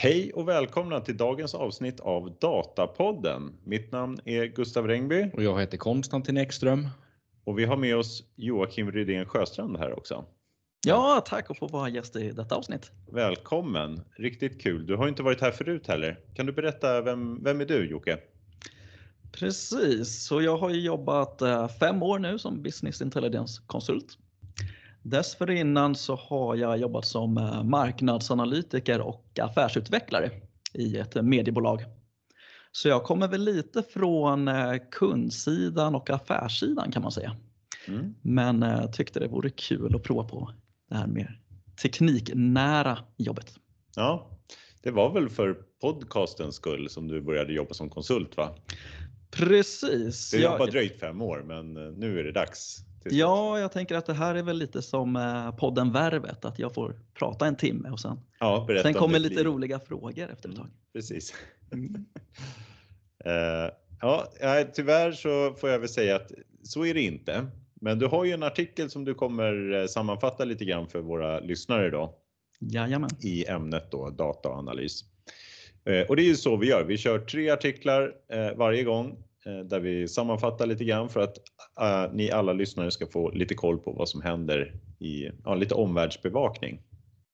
Hej och välkomna till dagens avsnitt av Datapodden. Mitt namn är Gustav Rengby. Och jag heter Konstantin Ekström. Och vi har med oss Joakim Rydén Sjöstrand här också. Ja, tack att få vara gäst i detta avsnitt. Välkommen, riktigt kul. Du har inte varit här förut heller. Kan du berätta, vem är du, Jocke? Precis, så jag har jobbat 5 år nu som business intelligence-konsult. Dessförinnan så har jag jobbat som marknadsanalytiker och affärsutvecklare i ett mediebolag. Så jag kommer väl lite från kundsidan och affärssidan kan man säga. Men tyckte det vore kul att prova på det här mer tekniknära jobbet. Ja, det var väl för podcastens skull som du började jobba som konsult, va? Precis. Det har bara dröjt 5 år, men nu är det dags. Ja, jag tänker att det här är väl lite som podden Värvet, att jag får prata en timme och sen kommer lite roliga frågor efter ett tag. Precis. Tyvärr så får jag väl säga att så är det inte. Men du har ju en artikel som du kommer sammanfatta lite grann för våra lyssnare då. Jajamän. I ämnet då, dataanalys. Och det är ju så vi gör. Vi kör 3 artiklar varje gång där vi sammanfattar lite grann för att ni alla lyssnare ska få lite koll på vad som händer i lite omvärldsbevakning.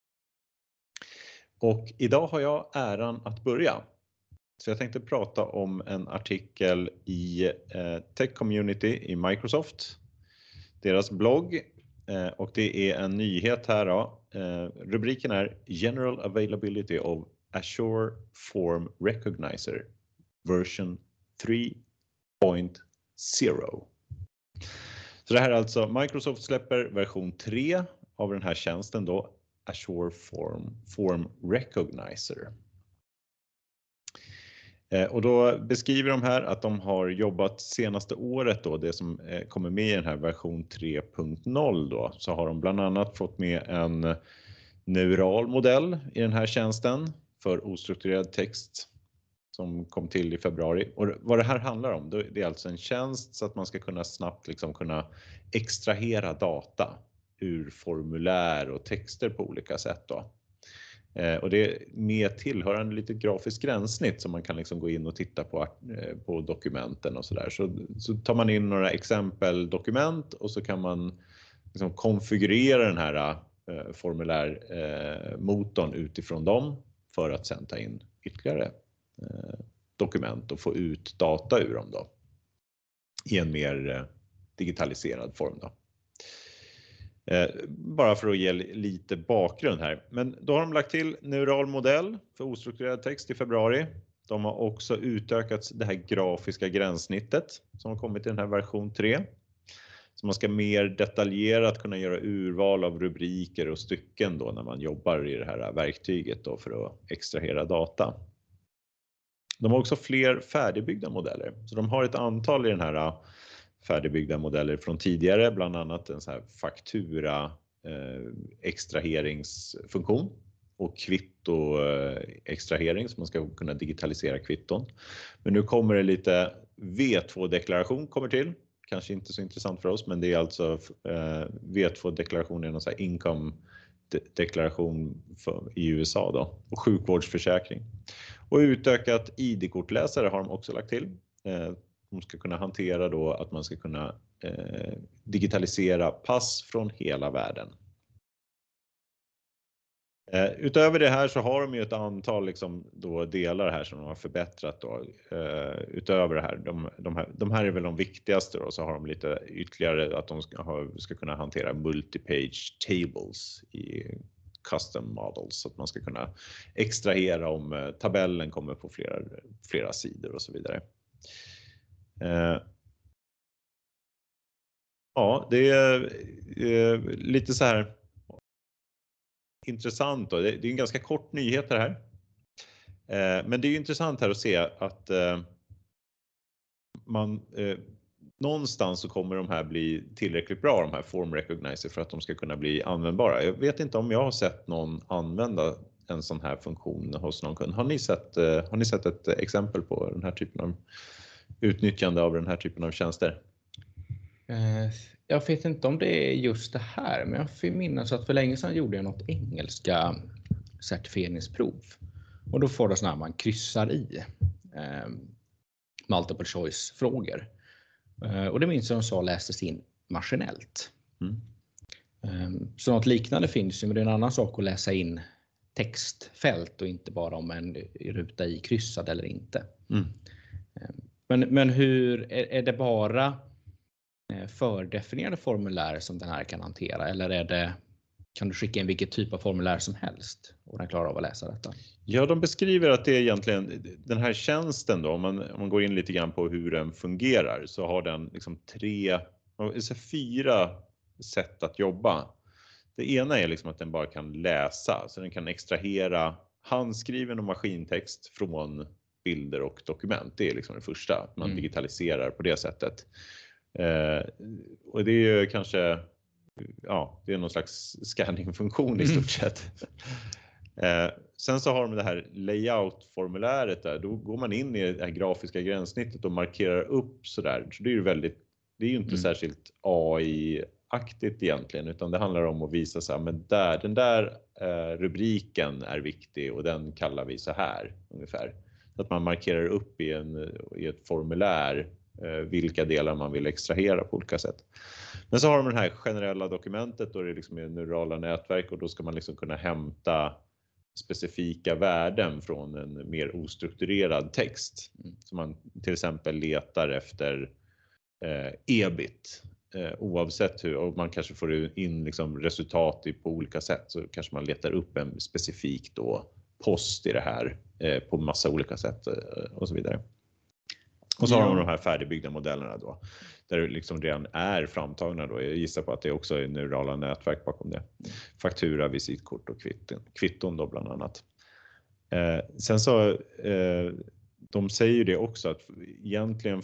Och idag har jag äran att börja. Så jag tänkte prata om en artikel i Tech Community i Microsoft. Deras blogg. Och det är en nyhet här då. Rubriken är General Availability of Azure Form Recognizer version 3.0. Så det här är alltså Microsoft släpper version 3 av den här tjänsten då, Azure Form Recognizer. Och då beskriver de här att de har jobbat senaste året då, det som kommer med i den här version 3.0 då, så har de bland annat fått med en neural modell i den här tjänsten för ostrukturerad text som kom till i februari. Och vad det här handlar om, det är alltså en tjänst så att man ska kunna snabbt kunna extrahera data ur formulär och texter på olika sätt då. Och det är med tillhörande lite grafisk gränssnitt som man kan gå in och titta på dokumenten och sådär. Så tar man in några exempeldokument och så kan man konfigurera den här formulärmotorn utifrån dem för att sen ta in ytterligare dokument och få ut data ur dem då. I en mer digitaliserad form då. Bara för att ge lite bakgrund här. Men då har de lagt till neural modell för ostrukturerad text i februari. De har också utökat det här grafiska gränssnittet som har kommit i den här version 3. Så man ska mer detaljerat kunna göra urval av rubriker och stycken då när man jobbar i det här verktyget då för att extrahera data. De har också fler färdigbyggda modeller. Så de har ett antal i den här färdigbyggda modeller från tidigare, bland annat en så här faktura extraheringsfunktion och kvitto extrahering så man ska kunna digitalisera kvitton. Men nu kommer det lite V2-deklaration kommer till. Kanske inte så intressant för oss, men det är alltså V2-deklaration är någon så här income-deklaration i USA då och sjukvårdsförsäkring. Och utökat ID-kortläsare har de också lagt till. De ska kunna hantera då att man ska kunna digitalisera pass från hela världen. Utöver det här så har de ju ett antal då delar här som de har förbättrat då. Utöver det här, de här är väl de viktigaste då, så har de lite ytterligare att de ska kunna hantera multi-page tables i custom models så att man ska kunna extrahera om tabellen kommer på flera sidor och så vidare. Ja, det är lite så här intressant då. Det är en ganska kort nyhet det här. Men det är ju intressant här att se att man någonstans så kommer de här bli tillräckligt bra, de här form recognizer, för att de ska kunna bli användbara. Jag vet inte om jag har sett någon använda en sån här funktion hos någon kund. Har ni sett ett exempel på den här typen av utnyttjande av den här typen av tjänster? Jag vet inte om det är just det här, men jag får minnas att för länge sedan gjorde jag något engelska certifieringsprov. Och då får du sådana här man kryssar i multiple choice frågor. Och det minns jag de sa lästes in maskinellt. Så något liknande finns ju, men det är en annan sak att läsa in textfält och inte bara om en ruta i kryssad eller inte. Men hur är det bara fördefinierade formulär som den här kan hantera, eller kan du skicka in vilket typ av formulär som helst och den klarar av att läsa detta? Ja, de beskriver att det är egentligen den här tjänsten då, om man går in lite grann på hur den fungerar, så har den liksom 4 sätt att jobba. Det ena är liksom att den bara kan läsa, så den kan extrahera handskriven och maskintext från bilder och dokument. Det är liksom det första, man digitaliserar på det sättet. Och det är ju kanske, det är någon slags scanning-funktion i stort sett. Sen så har de det här layout-formuläret där. Då går man in i det här grafiska gränssnittet och markerar upp sådär. Så det är ju inte särskilt AI-aktigt egentligen, utan det handlar om att visa så här, men den där rubriken är viktig och den kallar vi så här ungefär. Så att man markerar upp i ett formulär vilka delar man vill extrahera på olika sätt. Men så har de det här generella dokumentet, då är det liksom neurala nätverk, och då ska man liksom kunna hämta specifika värden från en mer ostrukturerad text. Så man till exempel letar efter EBIT oavsett hur, och man kanske får in liksom resultat på olika sätt, så kanske man letar upp en specifik då post i det här på massa olika sätt och så vidare. Och så har de här färdigbyggda modellerna då, där det liksom redan är framtagna då. Jag gissar på att det också är neurala nätverk bakom det. Faktura, visitkort och kvitton då bland annat. Sen så, de säger ju det också att egentligen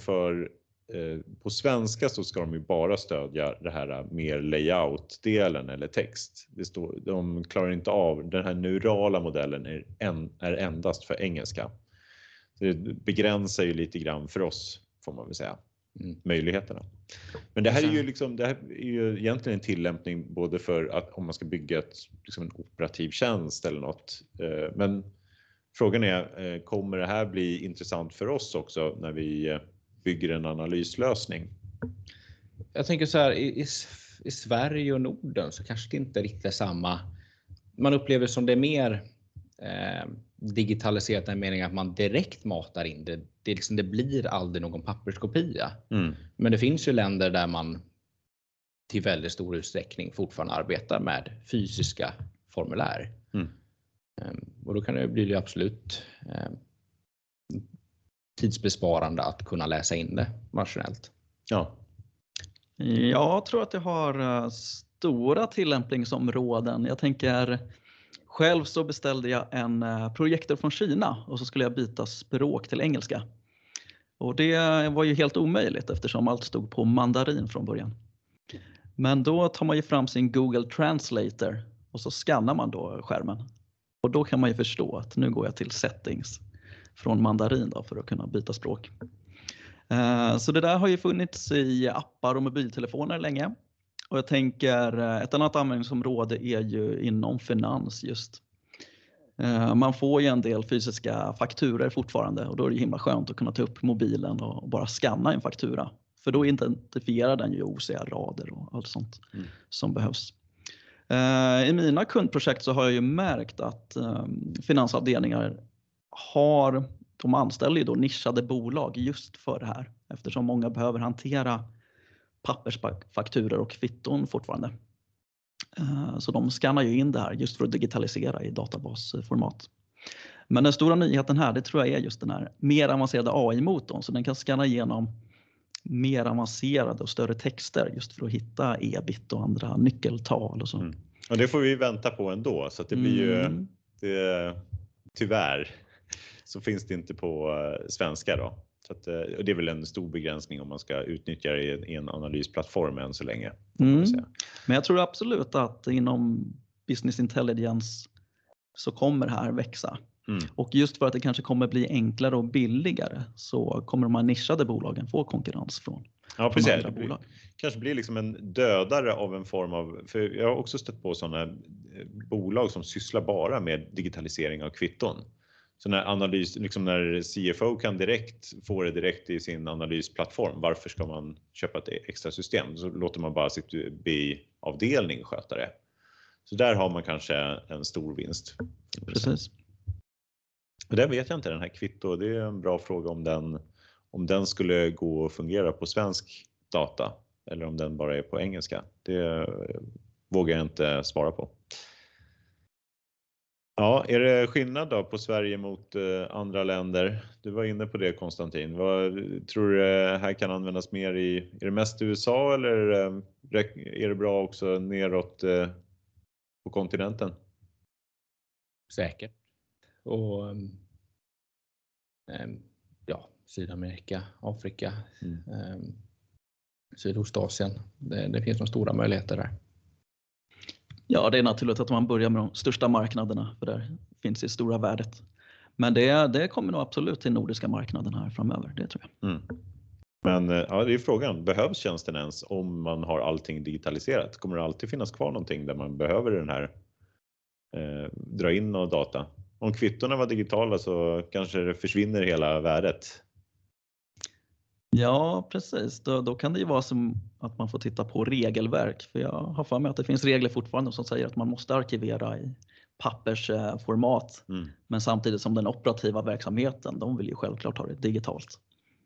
på svenska så ska de ju bara stödja det här mer layout-delen eller text. De klarar inte av, den här neurala modellen är endast för engelska. Det begränsar ju lite grann för oss, får man väl säga, möjligheterna. Men det här är ju egentligen en tillämpning både för att om man ska bygga en operativ tjänst eller något. Men frågan är, kommer det här bli intressant för oss också när vi bygger en analyslösning? Jag tänker så här, i Sverige och Norden så kanske det inte riktigt är samma. Man upplever som det är mer digitaliserat i meningen att man direkt matar in det. Det blir aldrig någon papperskopia. Men det finns ju länder där man till väldigt stor utsträckning fortfarande arbetar med fysiska formulär. Och då kan det bli absolut tidsbesparande att kunna läsa in det maskinellt. Jag tror att det har stora tillämpningsområden. Jag tänker, själv så beställde jag en projektor från Kina och så skulle jag byta språk till engelska. Och det var ju helt omöjligt eftersom allt stod på mandarin från början. Men då tar man ju fram sin Google Translator och så skannar man då skärmen. Och då kan man ju förstå att nu går jag till settings från mandarin då för att kunna byta språk. Så det där har ju funnits i appar och mobiltelefoner länge. Och jag tänker ett annat användningsområde är ju inom finans just. Man får ju en del fysiska fakturor fortfarande och då är det himla skönt att kunna ta upp mobilen och bara scanna en faktura. För då identifierar den ju OCR-rader och allt sånt som behövs. I mina kundprojekt så har jag ju märkt att finansavdelningar de anställer ju då nischade bolag just för det här. Eftersom många behöver hantera pappersfakturor och kvitton fortfarande. Så de skannar ju in det här just för att digitalisera i databasformat. Men den stora nyheten här, det tror jag är just den här mer avancerade AI-motorn. Så den kan skanna igenom mer avancerade och större texter just för att hitta EBIT och andra nyckeltal och så. Och det får vi vänta på ändå, så att det blir ju tyvärr så finns det inte på svenska då. Så att, och det är väl en stor begränsning om man ska utnyttja det i en analysplattform än så länge. Men jag tror absolut att inom business intelligence så kommer det här växa. Och just för att det kanske kommer bli enklare och billigare så kommer de här nischade bolagen få konkurrens från andra bolag. Kanske blir liksom en dödare av en form av, för jag har också stött på sådana bolag som sysslar bara med digitalisering av kvitton. Så när analys, liksom när CFO kan få det direkt i sin analysplattform, varför ska man köpa ett extra system? Så låter man bara sitt BI-avdelning sköta det. Så där har man kanske en stor vinst. Precis. Och det vet jag inte, den här kvitto, det är en bra fråga om den skulle gå att fungera på svensk data eller om den bara är på engelska. Det vågar jag inte svara på. Ja, är det skillnad då på Sverige mot andra länder? Du var inne på det, Konstantin. Vad tror du här kan användas mer är det mest USA eller är det bra också neråt på kontinenten? Säkert. Och ja, Sydamerika, Afrika, Sydostasien. Det finns några stora möjligheter där. Ja, det är naturligt att man börjar med de största marknaderna, för där finns det stora värdet. Men det kommer nog absolut till nordiska marknaden här framöver, det tror jag. Men ja, det är frågan, behövs tjänsten ens om man har allting digitaliserat? Kommer det alltid finnas kvar någonting där man behöver den här dra in och data? Om kvittorna var digitala så kanske det försvinner hela värdet. Ja, precis. Då kan det ju vara som att man får titta på regelverk. För jag har för mig att det finns regler fortfarande som säger att man måste arkivera i pappersformat. Men samtidigt som den operativa verksamheten, de vill ju självklart ha det digitalt.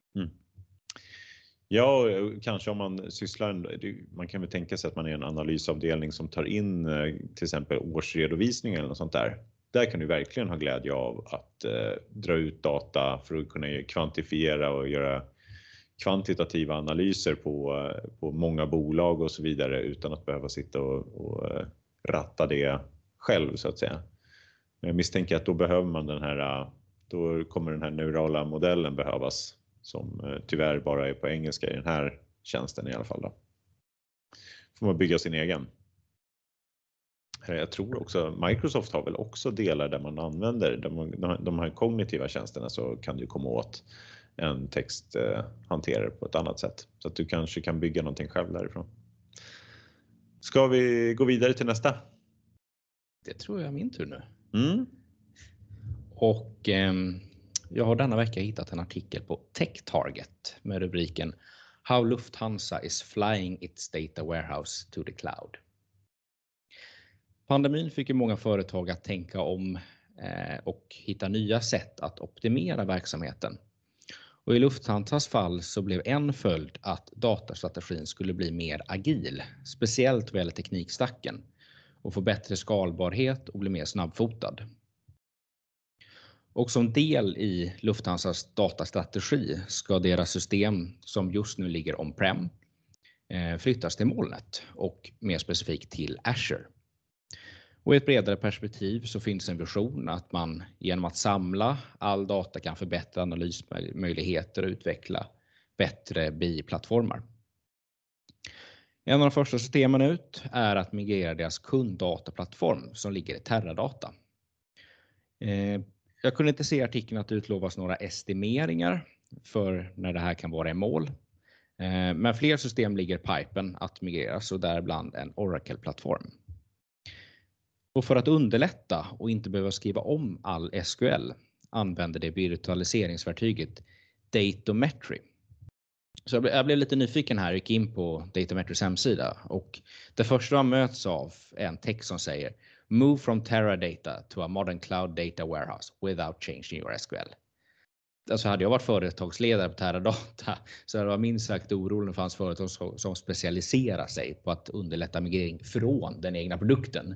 Ja, kanske om man man kan väl tänka sig att man är en analysavdelning som tar in till exempel årsredovisning eller något sånt där. Där kan du verkligen ha glädje av att dra ut data för att kunna kvantifiera och göra kvantitativa analyser på många bolag och så vidare utan att behöva sitta och ratta det själv så att säga. Men jag misstänker att då behöver man då kommer den här neurala modellen behövas som tyvärr bara är på engelska i den här tjänsten i alla fall då. Får man bygga sin egen. Jag tror också Microsoft har väl också delar där man använder de här kognitiva tjänsterna, så kan du komma åt en texthanterare på ett annat sätt. Så att du kanske kan bygga någonting själv därifrån. Ska vi gå vidare till nästa? Det tror jag är min tur nu. Och jag har denna vecka hittat en artikel på TechTarget med rubriken How Lufthansa is flying its data warehouse to the cloud. Pandemin fick ju många företag att tänka om och hitta nya sätt att optimera verksamheten. Och i Lufthansas fall så blev en följd att datastrategin skulle bli mer agil, speciellt vad gäller teknikstacken, och få bättre skalbarhet och bli mer snabbfotad. Och som del i Lufthansas datastrategi ska deras system som just nu ligger on-prem flyttas till molnet och mer specifikt till Azure. Och i ett bredare perspektiv så finns en vision att man genom att samla all data kan förbättra analysmöjligheter och utveckla bättre BI-plattformar. En av de första systemen ut är att migrera deras kunddataplattform som ligger i Teradata. Jag kunde inte se i artikeln att det utlovas några estimeringar för när det här kan vara i mål. Men fler system ligger i pipen att migreras, och däribland en Oracle-plattform. Och för att underlätta och inte behöva skriva om all SQL använder det virtualiseringsverktyget Datametry. Så jag blev lite nyfiken här, gick in på Datametrys hemsida, och det första man möts av är en text som säger Move from Teradata to a modern cloud data warehouse without changing your SQL. Alltså hade jag varit företagsledare på Teradata så hade jag minst sagt orolig när det fanns företag som specialiserar sig på att underlätta migrering från den egna produkten.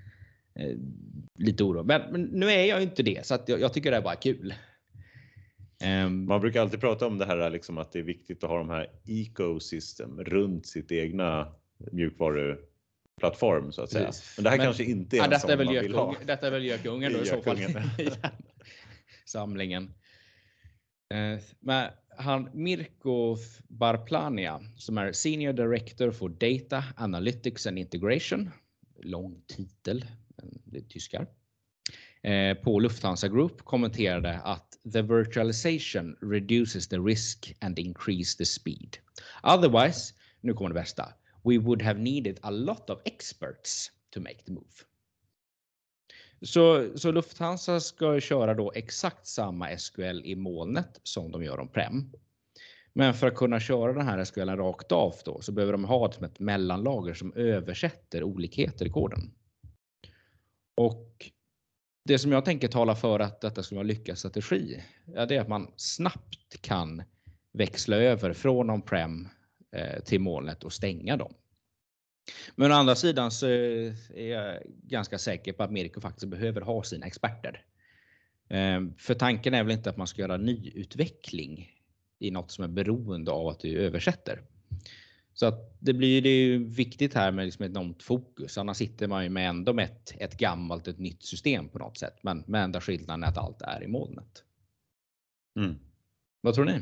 Lite oro. Men nu är jag inte det, så att jag tycker det är bara kul. Man brukar alltid prata om det här liksom, att det är viktigt att ha de här ecosystem runt sitt egna mjukvaruplattform så att säga. Men det här kanske inte är en sån man vill ha. Detta är väl gökungen då i så fall i samlingen. Men han Mirko Barplania som är Senior Director for Data Analytics and Integration, lång titel, det är tyskar, på Lufthansa Group kommenterade att the virtualization reduces the risk and increase the speed. Otherwise, nu kommer det bästa, we would have needed a lot of experts to make the move. Så Lufthansa ska köra då exakt samma SQL i molnet som de gör on-prem. Men för att kunna köra den här SQLen rakt av då, så behöver de ha som ett mellanlager som översätter olikheter i koden. Och det som jag tänker tala för att detta skulle vara en lyckad strategi, ja, det är att man snabbt kan växla över från on-prem till molnet och stänga dem. Men å andra sidan så är jag ganska säker på att Mirko faktiskt behöver ha sina experter. För tanken är väl inte att man ska göra nyutveckling i något som är beroende av att du översätter. Så att det blir viktigt här med liksom ett enormt fokus. Annars sitter man ju med ändå med ett gammalt, ett nytt system på något sätt. Men med enda skillnaden är att allt är i molnet. Vad tror ni?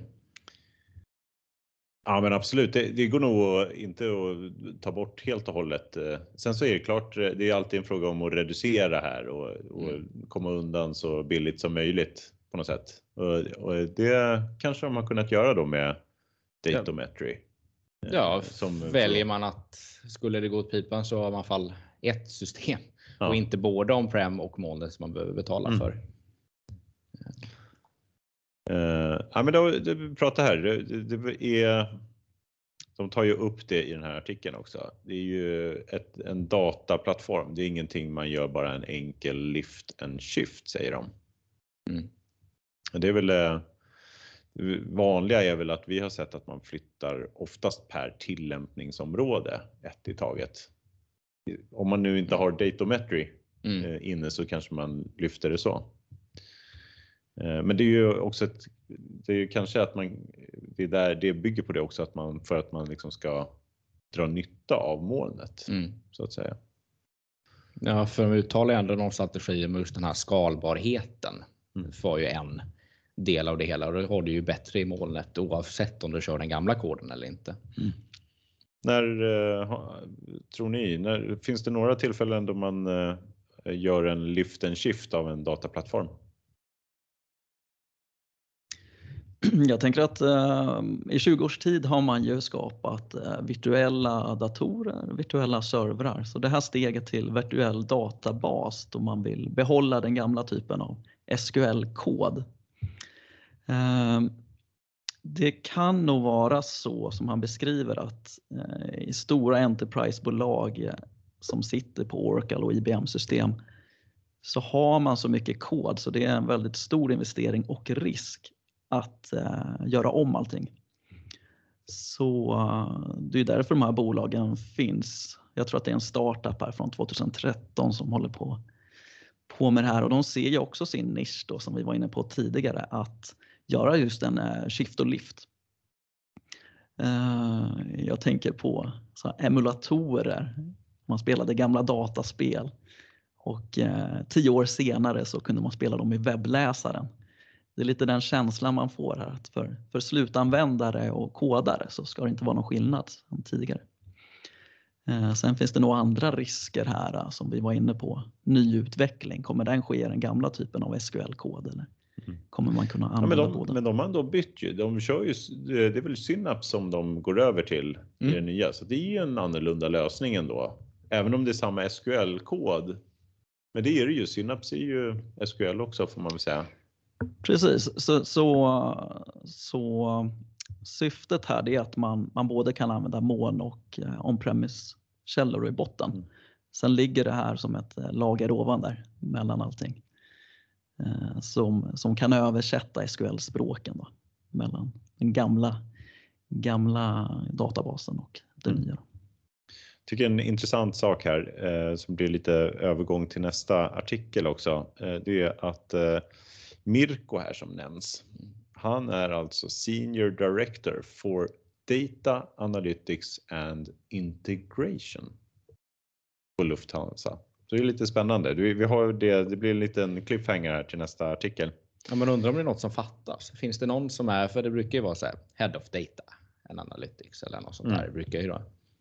Ja, men absolut. Det går nog inte att ta bort helt och hållet. Sen så är det klart, det är alltid en fråga om att reducera här och komma undan så billigt som möjligt på något sätt. Och det kanske de har kunnat göra då med Datometry. Ja, väljer man att skulle det gå åt pipan så har man i alla fall ett system och inte både on-prem och molnet som man behöver betala för. Ja, men då vi pratar här, det är, de tar ju upp det i den här artikeln också. Det är ju en dataplattform. Det är ingenting man gör bara en enkel lift and shift, säger de. Det är väl vanliga är väl att vi har sett att man flyttar oftast per tillämpningsområde ett i taget. Om man nu inte har Datometry inne så kanske man lyfter det så. Men det är ju också det är ju kanske att det bygger på det också att för att man liksom ska dra nytta av molnet så att säga. Ja, för de uttalar ju ändå någon strategi med just den här skalbarheten för ju en del av det hela, och då har du ju bättre i molnet oavsett om du kör den gamla koden eller inte. När tror ni, finns det några tillfällen då man gör en lift and shift av en dataplattform? Jag tänker att i 20 års tid har man ju skapat virtuella datorer, virtuella servrar. Så det här steget till virtuell databas då man vill behålla den gamla typen av SQL-kod. Det kan nog vara så som han beskriver att i stora enterprisebolag som sitter på Oracle och IBM-system så har man så mycket kod så det är en väldigt stor investering och risk att göra om allting. Så det är därför de här bolagen finns. Jag tror att det är en startup här från 2013 som håller på med det här, och de ser ju också sin nisch då, som vi var inne på tidigare, att göra just en shift och lift. Jag tänker på så här emulatorer. Man spelade gamla dataspel och 10 år senare så kunde man spela dem i webbläsaren. Det är lite den känslan man får här, att för slutanvändare och kodare så ska det inte vara någon skillnad som tidigare. Sen finns det nog andra risker här som vi var inne på. Nyutveckling, kommer den ske i den gamla typen av SQL-kod eller kommer man kunna använda båda? Men de har ändå bytt ju. De kör ju, det är väl Synapse som de går över till i det nya. Så det är ju en annorlunda lösning ändå. Även om det är samma SQL-kod. Men det är det ju. Synapse är ju SQL också får man väl säga. Precis, så syftet här är att man både kan använda moln och on-premise källor i botten. Sen ligger det här som ett lager ovan där mellan allting. Som kan översätta SQL-språken då, mellan den gamla databasen och den nya. Jag tycker en intressant sak här som blir lite övergång till nästa artikel också. Det är att Mirko här som nämns. Han är alltså Senior Director for Data Analytics and Integration på Lufthansa. Så det är lite spännande. Vi har det blir en liten cliffhanger här till nästa artikel. Ja, men undrar om det är något som fattas. Finns det någon som är, för det brukar ju vara så här, Head of Data and Analytics eller något sånt där brukar ju då.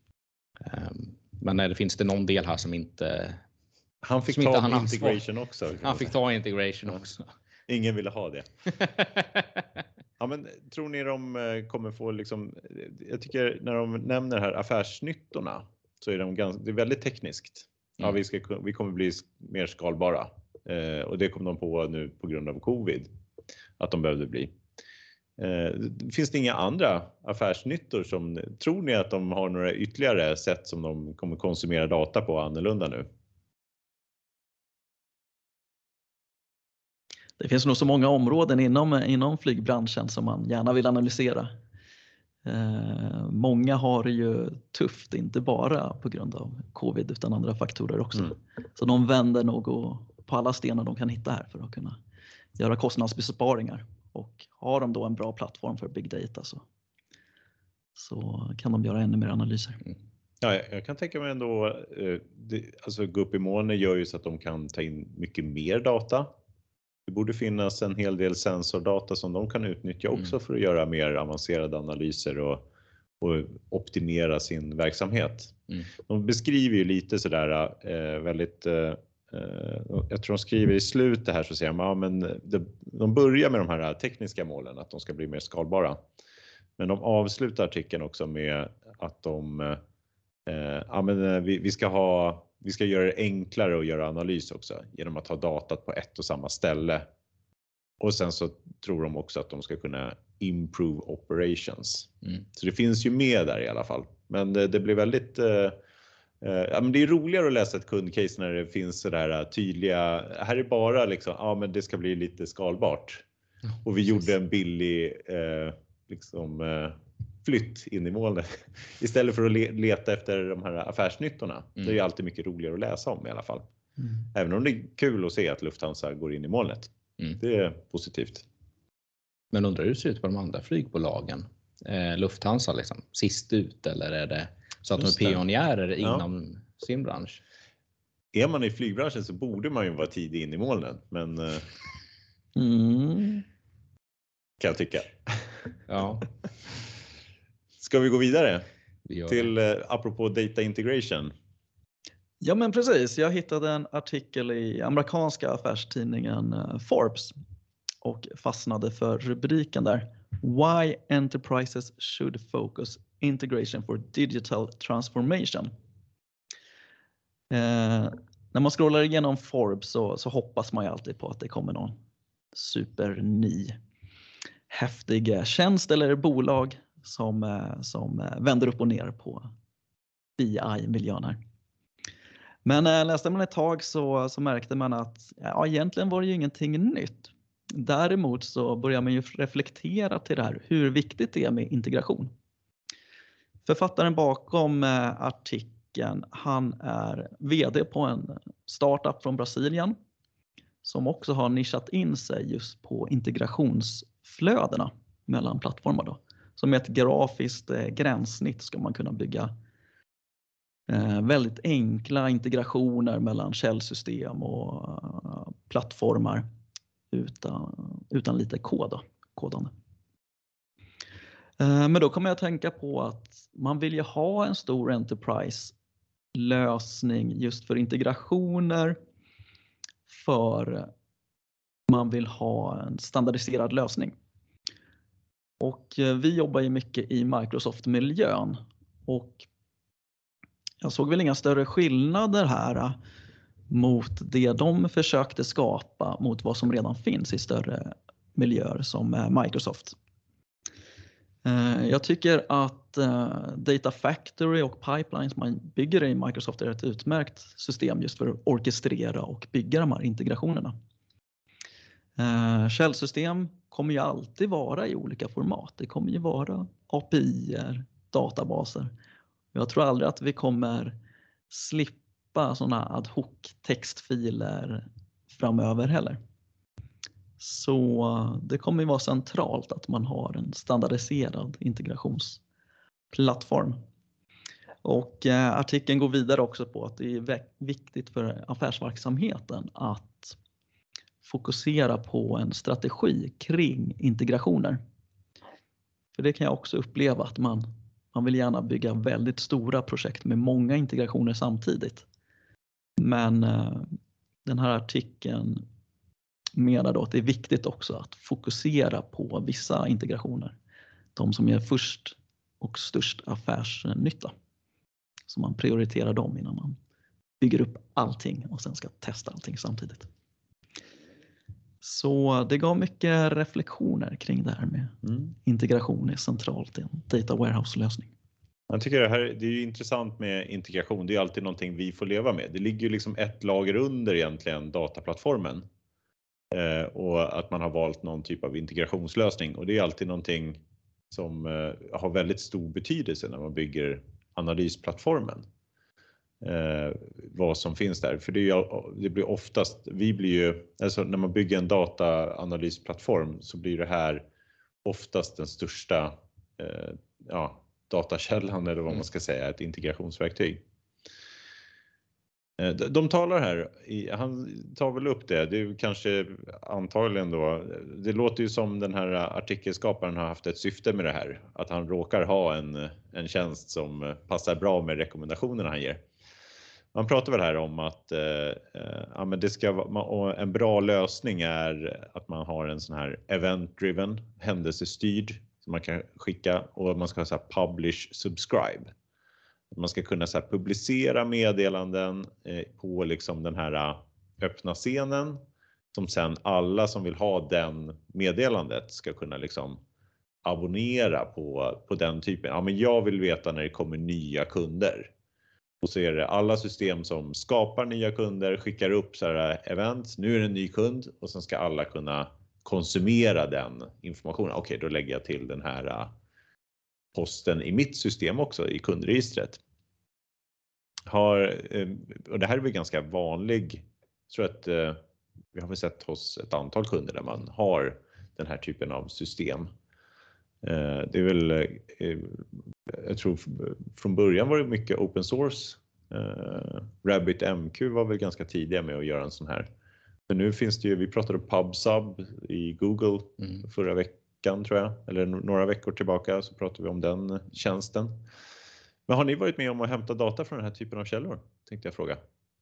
Men finns det någon del här som inte... Han fick ta integration också. Han fick ta integration också. Ingen ville ha det. Ja, men tror ni de kommer få liksom, jag tycker när de nämner här affärsnyttorna så är det är väldigt tekniskt. Ja, vi kommer bli mer skalbara. Och det kom de på nu på grund av covid att de behövde bli. Finns det inga andra affärsnyttor som, tror ni att de har några ytterligare sätt som de kommer konsumera data på annorlunda nu? Det finns nog så många områden inom flygbranschen som man gärna vill analysera. Många har det ju tufft, inte bara på grund av covid utan andra faktorer också. Så de vänder nog på alla stenar de kan hitta här för att kunna göra kostnadsbesparingar. Och har de då en bra plattform för big data så kan de göra ännu mer analyser. Ja, jag kan tänka mig ändå, alltså gå upp i molnet gör ju så att de kan ta in mycket mer data. Det borde finnas en hel del sensordata som de kan utnyttja också för att göra mer avancerade analyser och optimera sin verksamhet. De beskriver ju lite sådär väldigt, jag tror de skriver i slutet här så säger de, ja, men de börjar med de här tekniska målen, att de ska bli mer skalbara. Men de avslutar artikeln också med att de, ja, men vi ska göra det enklare att göra analys också genom att ha datat på ett och samma ställe. Och sen så tror de också att de ska kunna improve operations. Så det finns ju med där i alla fall. Men det blir väldigt, ja, men det är roligare att läsa ett kundcase när det finns så där tydliga, här är bara liksom, ja men det ska bli lite skalbart. Och vi gjorde en billig liksom flytt in i molnet istället för att leta efter de här affärsnyttorna. Det är ju alltid mycket roligare att läsa om i alla fall. Även om det är kul att se att Lufthansa går in i molnet. Det är positivt. Men undrar hur det ser ut på de andra flygbolagen? Lufthansa liksom sist ut, eller är det så att de är pionjärer inom sin bransch? Är man i flygbranschen så borde man ju vara tidig in i molnen, men kan jag tycka. Ja. Ska vi gå vidare till apropå data integration? Ja men precis, jag hittade en artikel i amerikanska affärstidningen Forbes och fastnade för rubriken där: Why enterprises should focus integration for digital transformation. När man scrollar igenom Forbes så hoppas man ju alltid på att det kommer någon superny häftig tjänst eller bolag som vänder upp och ner på BI-miljön här. Men läste man ett tag så märkte man att egentligen var det ju ingenting nytt. Däremot så börjar man ju reflektera till det här, hur viktigt det är med integration. Författaren bakom artikeln, han är vd på en startup från Brasilien som också har nischat in sig just på integrationsflödena mellan plattformar då. Som ett grafiskt gränssnitt ska man kunna bygga väldigt enkla integrationer mellan källsystem och plattformar utan lite kodande. Men då kommer jag att tänka på att man vill ju ha en stor enterprise-lösning just för integrationer, för man vill ha en standardiserad lösning. Och vi jobbar ju mycket i Microsoft-miljön och jag såg väl inga större skillnader här mot det de försökte skapa mot vad som redan finns i större miljöer som Microsoft. Jag tycker att Data Factory och pipelines man bygger i Microsoft är ett utmärkt system just för att orkestrera och bygga de här integrationerna. Källsystem kommer ju alltid vara i olika format. Det kommer ju vara API-er, databaser. Jag tror aldrig att vi kommer slippa sådana ad hoc textfiler framöver heller. Så det kommer ju vara centralt att man har en standardiserad integrationsplattform. Och artikeln går vidare också på att det är viktigt för affärsverksamheten att fokusera på en strategi kring integrationer. För det kan jag också uppleva att man vill gärna bygga väldigt stora projekt med många integrationer samtidigt. Men den här artikeln menar då att det är viktigt också att fokusera på vissa integrationer. De som ger först och störst affärsnytta. Så man prioriterar dem innan man bygger upp allting och sen ska testa allting samtidigt. Så det gav mycket reflektioner kring det här med integration är centralt i en data warehouse-lösning. Jag tycker det är ju intressant med integration. Det är alltid någonting vi får leva med. Det ligger ju liksom ett lager under egentligen dataplattformen. Och att man har valt någon typ av integrationslösning. Och det är alltid någonting som har väldigt stor betydelse när man bygger analysplattformen. Vad som finns där. För det blir oftast, alltså när man bygger en dataanalysplattform så blir det här oftast den största datakällan eller vad man ska säga, ett integrationsverktyg. De talar här, han tar väl upp det är kanske antagligen då, det låter ju som den här artikelskaparen har haft ett syfte med det här, att han råkar ha en tjänst som passar bra med rekommendationerna han ger. Man pratar väl här om att men det ska vara en bra lösning är att man har en sån här event-driven, händelsestyrd som man kan skicka, och man ska ha så här publish subscribe. Man ska kunna så här publicera meddelanden på liksom den här öppna scenen som sen alla som vill ha den meddelandet ska kunna liksom abonnera på den typen. Ja, men jag vill veta när det kommer nya kunder. Och så är det alla system som skapar nya kunder, skickar upp så här events. Nu är det en ny kund och sen ska alla kunna konsumera den informationen. Okej, då lägger jag till den här posten i mitt system också i kundregistret. Och det här är väl ganska vanlig. Jag tror att vi har väl sett hos ett antal kunder där man har den här typen av system. Det är väl, jag tror från början var det mycket open source. RabbitMQ var väl ganska tidiga med att göra en sån här. Men nu finns det ju, vi pratade om PubSub i Google förra veckan tror jag. Eller några veckor tillbaka så pratade vi om den tjänsten. Men har ni varit med om att hämta data från den här typen av källor? Tänkte jag fråga.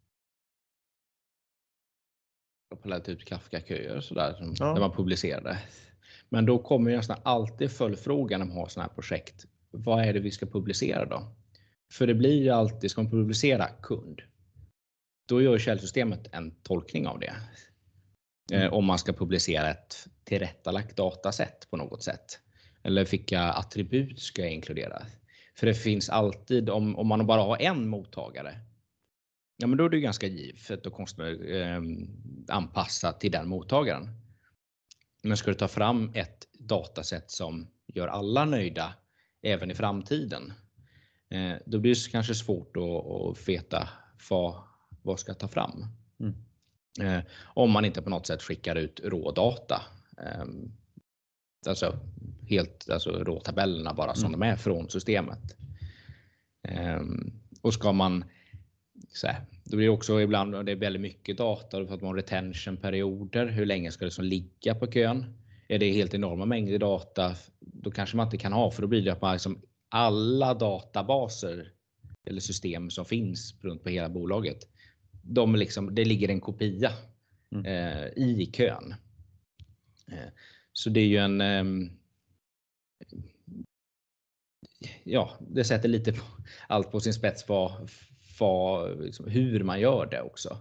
På lite ut Kafka-köer sådär där man publicerade. Men då kommer ju nästan alltid följdfrågan om man har sådana här projekt. Vad är det vi ska publicera då? För det blir ju alltid, ska man publicera kund. Då gör källsystemet en tolkning av det. Om man ska publicera ett tillrättalagt dataset på något sätt. Eller vilka attribut ska jag inkludera? För det finns alltid, om man bara har en mottagare. Ja, men då är det ganska givet att anpassa till den mottagaren. Men ska du ta fram ett dataset som gör alla nöjda även i framtiden, då blir det kanske svårt att veta vad ska ta fram. Om man inte på något sätt skickar ut rådata. Alltså råtabellerna bara som de är från systemet. Och ska man då blir det också ibland, det är väldigt mycket data för att man har retention-perioder. Hur länge ska det som ligga på kön? Är det helt enorma mängder data, då kanske man inte kan ha, för då blir det att man liksom alla databaser eller system som finns runt på hela bolaget, det ligger en kopia i kön. Så det är ju det sätter lite allt på sin spets liksom, hur man gör det också.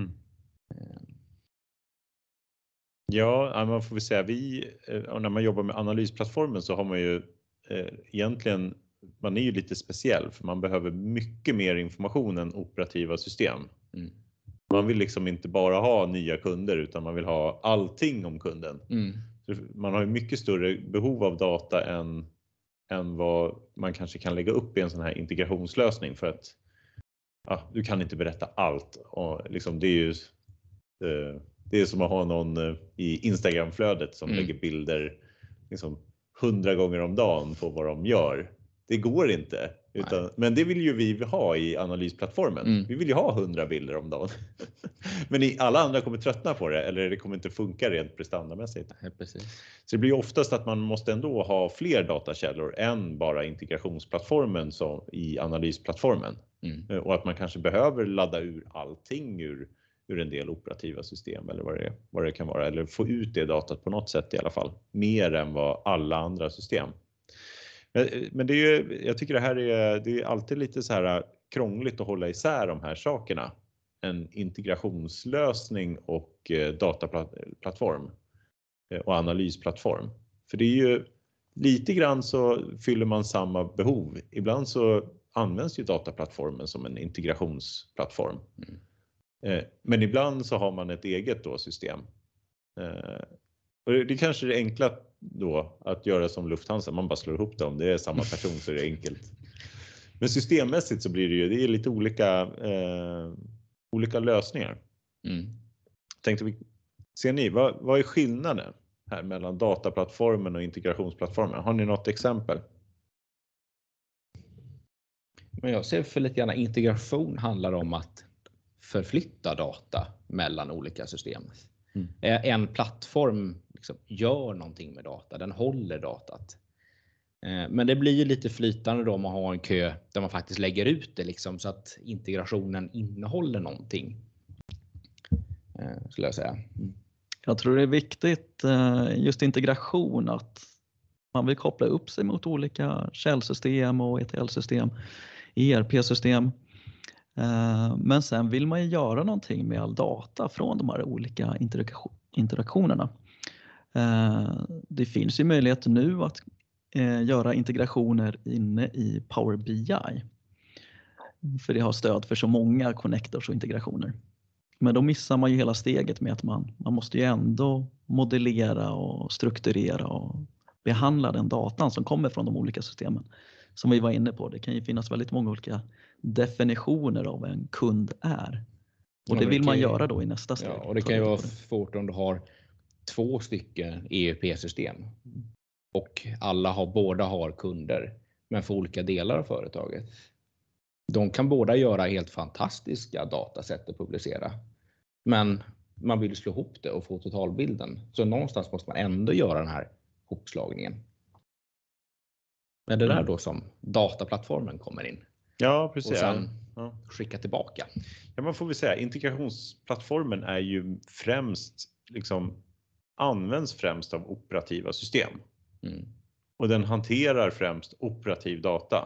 Ja, man får väl säga när man jobbar med analysplattformen så har man ju egentligen, man är ju lite speciell för man behöver mycket mer information än operativa system. Man vill liksom inte bara ha nya kunder utan man vill ha allting om kunden. Så man har ju mycket större behov av data än vad man kanske kan lägga upp i en sån här integrationslösning, för att du kan inte berätta allt. Och liksom, det är som att ha någon i Instagramflödet som lägger bilder liksom 100 gånger om dagen på vad de gör. Det går inte. Men det vill ju vi ha i analysplattformen. Vi vill ju ha 100 bilder om dagen. Men alla andra kommer tröttna på det, eller det kommer inte funka rent prestandamässigt. Ja, precis. Så det blir oftast att man måste ändå ha fler datakällor än bara integrationsplattformen som i analysplattformen. Och att man kanske behöver ladda ur allting ur en del operativa system eller vad det kan vara. Eller få ut det datat på något sätt i alla fall. Mer än vad alla andra system. Men det är ju, jag tycker det är alltid lite så här krångligt att hålla isär de här sakerna. en integrationslösning och dataplattform och analysplattform. För det är ju lite grann så fyller man samma behov. Ibland så används ju dataplattformen som en integrationsplattform. Men ibland så har man ett eget då system. Och det kanske är det enkla då att göra som Lufthansa. Man bara slår ihop dem. Det är samma person så är det enkelt. Men systemmässigt så blir det är lite olika lösningar. Tänkte vi, ser ni, vad är skillnaden här mellan dataplattformen och integrationsplattformen? Har ni något exempel? Men jag ser för lite grann integration handlar om att förflytta data mellan olika system. En plattform liksom gör någonting med data, den håller datat. Men det blir ju lite flytande då om man har en kö där man faktiskt lägger ut det liksom, så att integrationen innehåller någonting. Skulle jag säga. Jag tror det är viktigt just integration, att man vill koppla upp sig mot olika källsystem och ETL-system, ERP-system. Men sen vill man ju göra någonting med all data från de här olika interaktionerna. Det finns ju möjlighet nu att göra integrationer inne i Power BI. För det har stöd för så många connectors och integrationer. Men då missar man ju hela steget med att man måste ju ändå modellera och strukturera och behandla den datan som kommer från de olika systemen. Som vi var inne på, det kan ju finnas väldigt många olika definitioner av vad en kund är. Och det vill man göra då i nästa steg. Ja, och det kan ju vara svårt om du har 2 stycken ERP-system. Och båda har kunder, men för olika delar av företaget. De kan båda göra helt fantastiska datasätt att publicera. Men man vill slå ihop det och få totalbilden. Så någonstans måste man ändå göra den här hopslagningen. Men det där då som dataplattformen kommer in. Ja, precis. Och sen skicka tillbaka. Ja, man får väl säga integrationsplattformen är ju främst används främst av operativa system. Och den hanterar främst operativ data.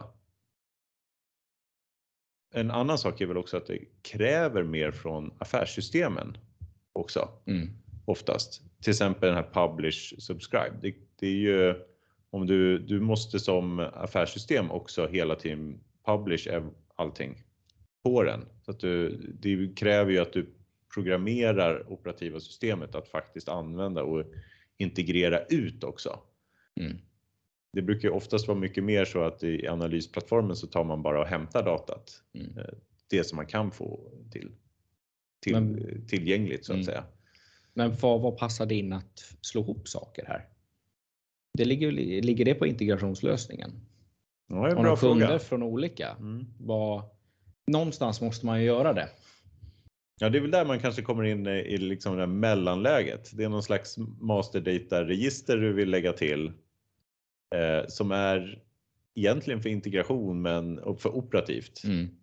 En annan sak är väl också att det kräver mer från affärssystemen också. Oftast. Till exempel den här publish subscribe. Det är ju om du måste som affärssystem också hela tiden publish allting på den. Så att det kräver ju att du programmerar operativa systemet att faktiskt använda och integrera ut också. Det brukar oftast vara mycket mer så att i analysplattformen så tar man bara och hämtar datat. Det som man kan få tillgängligt så att säga. Men vad passar det in att slå ihop saker här? Det ligger det på integrationslösningen? Ja, det är en bra fråga. Kunder från olika. Någonstans måste man ju göra det. Ja, det är väl där man kanske kommer in i liksom det här mellanläget. Det är någon slags master data-register du vill lägga till. Som är egentligen för integration men för operativt.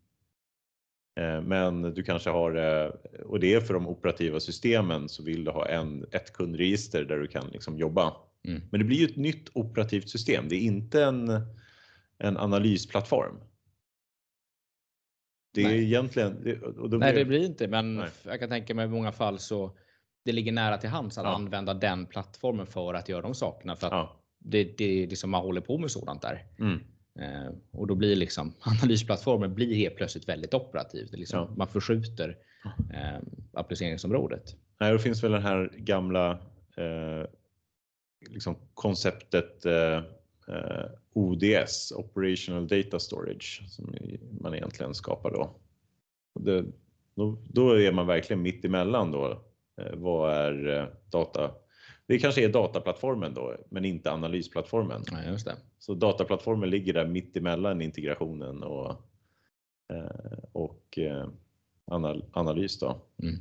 Men du kanske har, och det är för de operativa systemen, så vill du ha ett kundregister där du kan liksom jobba. Men det blir ju ett nytt operativt system. Det är inte en analysplattform. Det är egentligen... Nej, det blir inte. Men jag kan tänka mig i många fall så det ligger nära till hands att använda den plattformen för att göra de sakerna. För att det är liksom man håller på med sådant där. Och då blir liksom analysplattformen blir helt plötsligt väldigt operativ. Det liksom, man förskjuter appliceringsområdet. Nej, det finns väl den här gamla liksom konceptet ODS, Operational Data Storage, som man egentligen skapar då. Då är man verkligen mitt emellan då. Vad är data? Det kanske är dataplattformen då, men inte analysplattformen. Ja, just det. Så dataplattformen ligger där mitt emellan integrationen och analys då.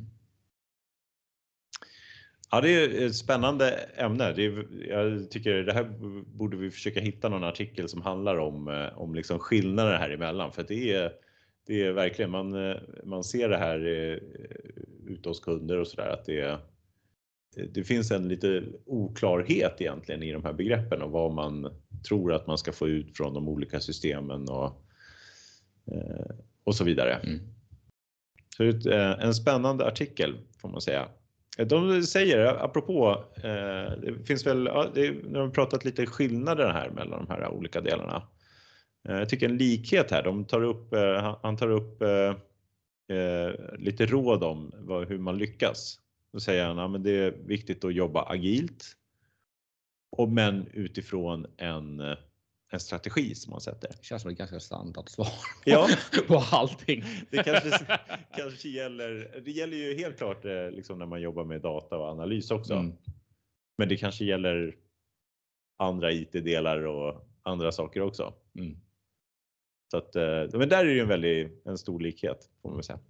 Ja, det är ett spännande ämne. Jag tycker det här borde vi försöka hitta någon artikel som handlar om liksom skillnader här emellan. För att det är verkligen, man ser det här ute hos kunder och sådär, att det finns en lite oklarhet egentligen i de här begreppen och vad man tror att man ska få ut från de olika systemen och så vidare. Så det är en spännande artikel får man säga. De säger, apropå, det finns väl, nu har vi pratat lite skillnader här mellan de här olika delarna. Jag tycker en likhet här, han tar upp lite råd om hur man lyckas. Då säger han att det är viktigt att jobba agilt, men utifrån en strategi som man sätter. Det känns som ett ganska standardsvar på allting. Det kanske gäller ju helt klart liksom när man jobbar med data och analys också. Men det kanske gäller andra IT-delar och andra saker också. Så att, men där är det ju en stor likhet får man väl säga.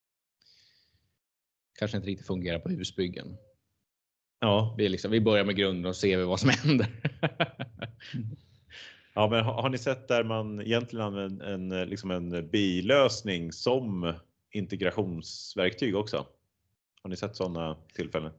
Kanske inte riktigt fungerar på husbyggen. Ja. Vi börjar med grunden och ser vad som händer. Ja, men har ni sett där man egentligen använder en bilösning som integrationsverktyg också? Har ni sett sådana tillfällen?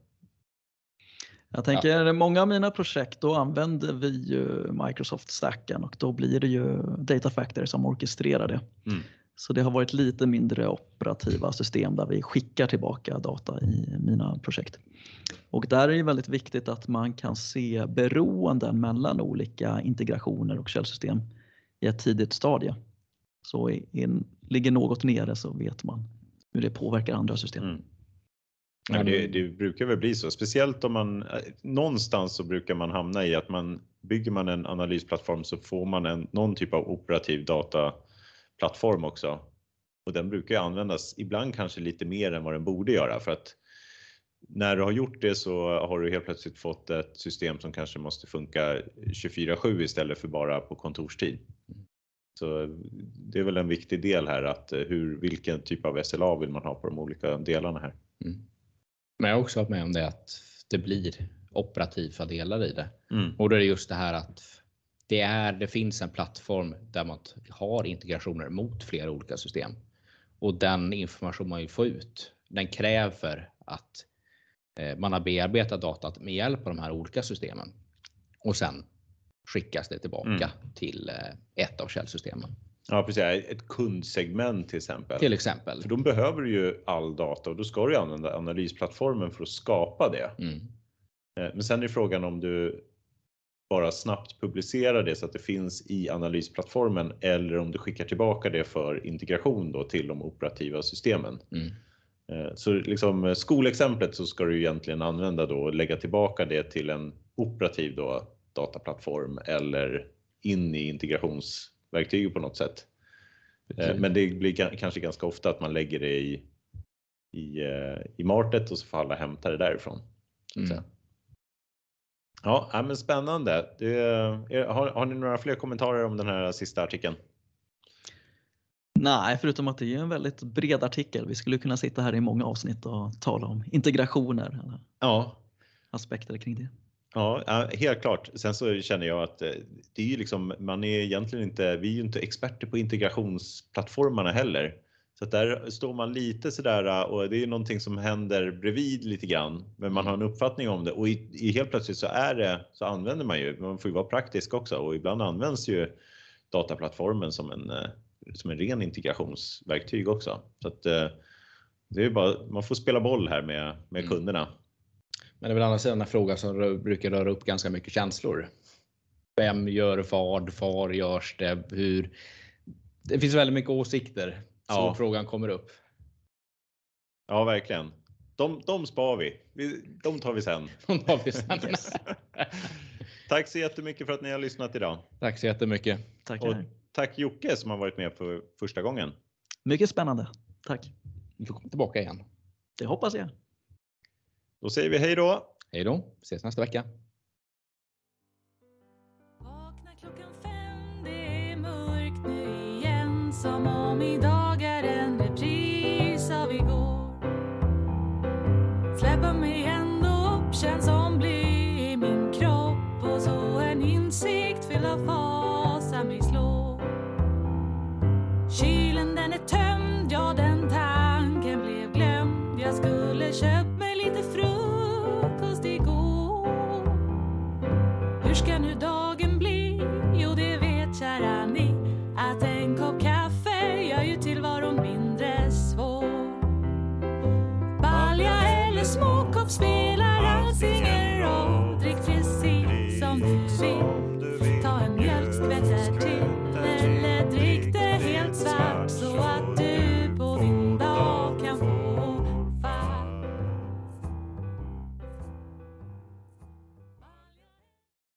Jag tänker många av mina projekt då använder vi ju Microsoft Stacken och då blir det ju Data Factory som orkestrerar det. Så det har varit lite mindre operativa system där vi skickar tillbaka data i mina projekt. Och där är det väldigt viktigt att man kan se beroenden mellan olika integrationer och källsystem i ett tidigt stadie. Så ligger något nere så vet man hur det påverkar andra system. Ja, det brukar väl bli så. Speciellt om man någonstans så brukar man hamna i att bygger man en analysplattform så får man någon typ av operativ dataplattform också. Och den brukar ju användas ibland kanske lite mer än vad den borde göra, för att när du har gjort det så har du helt plötsligt fått ett system som kanske måste funka 24/7 istället för bara på kontorstid. Så det är väl en viktig del här att vilken typ av SLA vill man ha på de olika delarna här. Men jag har också varit med om det att det blir operativa delar i det. Och då är det just det här att det finns en plattform där man har integrationer mot flera olika system. Och den information man vill få ut, den kräver att man har bearbetat datat med hjälp av de här olika systemen. Och sen skickas det tillbaka till ett av källsystemen. Ja, precis. Ett kundsegment till exempel. För de behöver ju all data och då ska du använda analysplattformen för att skapa det. Men sen är frågan om du bara snabbt publicerar det så att det finns i analysplattformen eller om du skickar tillbaka det för integration då till de operativa systemen. Så liksom skolexemplet så ska du egentligen använda då och lägga tillbaka det till en operativ då dataplattform eller in i integrationsverktyg på något sätt. Men det blir kanske ganska ofta att man lägger det i martet och så får alla hämta det därifrån. Ja, men spännande. Har ni några fler kommentarer om den här sista artikeln? Nej, förutom att det är en väldigt bred artikel. Vi skulle kunna sitta här i många avsnitt och tala om integrationer eller aspekter kring det. Ja, helt klart. Sen så känner jag att det är ju liksom, vi är ju inte experter på integrationsplattformarna heller. Så att där står man lite sådär och det är någonting som händer bredvid lite grann. Men man har en uppfattning om det och helt plötsligt så använder man får ju vara praktisk också och ibland används ju dataplattformen som en ren integrationsverktyg också. Så att det är bara, man får spela boll här med kunderna. Men det är väl andra sidan en fråga som brukar röra upp ganska mycket känslor. Vem gör vad? Var görs det? Hur? Det finns väldigt mycket åsikter så frågan kommer upp. Ja, verkligen. De spar vi. De tar vi sen. Yes. Tack så jättemycket för att ni har lyssnat idag. Tack så jättemycket. Tack Jocke som har varit med för första gången. Mycket spännande. Tack. Vi får komma tillbaka igen. Det hoppas jag. Då säger vi hej då. Hej då. Ses nästa vecka. Vakna 5:00, det är mörkt nu igen. Som om idag är en repris av igår. Släpper mig ändå upp, känns som bly i min kropp. Och så en insikt fylld av fasa mig slår. Kylen den är tömd, ja den tanken blev glömd. Jag skulle köpa mig lite frukost igår. Hur ska nu dagen bli? Jo det vet kära ni, att en kopp kaffe gör ju tillvaron mindre svår. uppspel.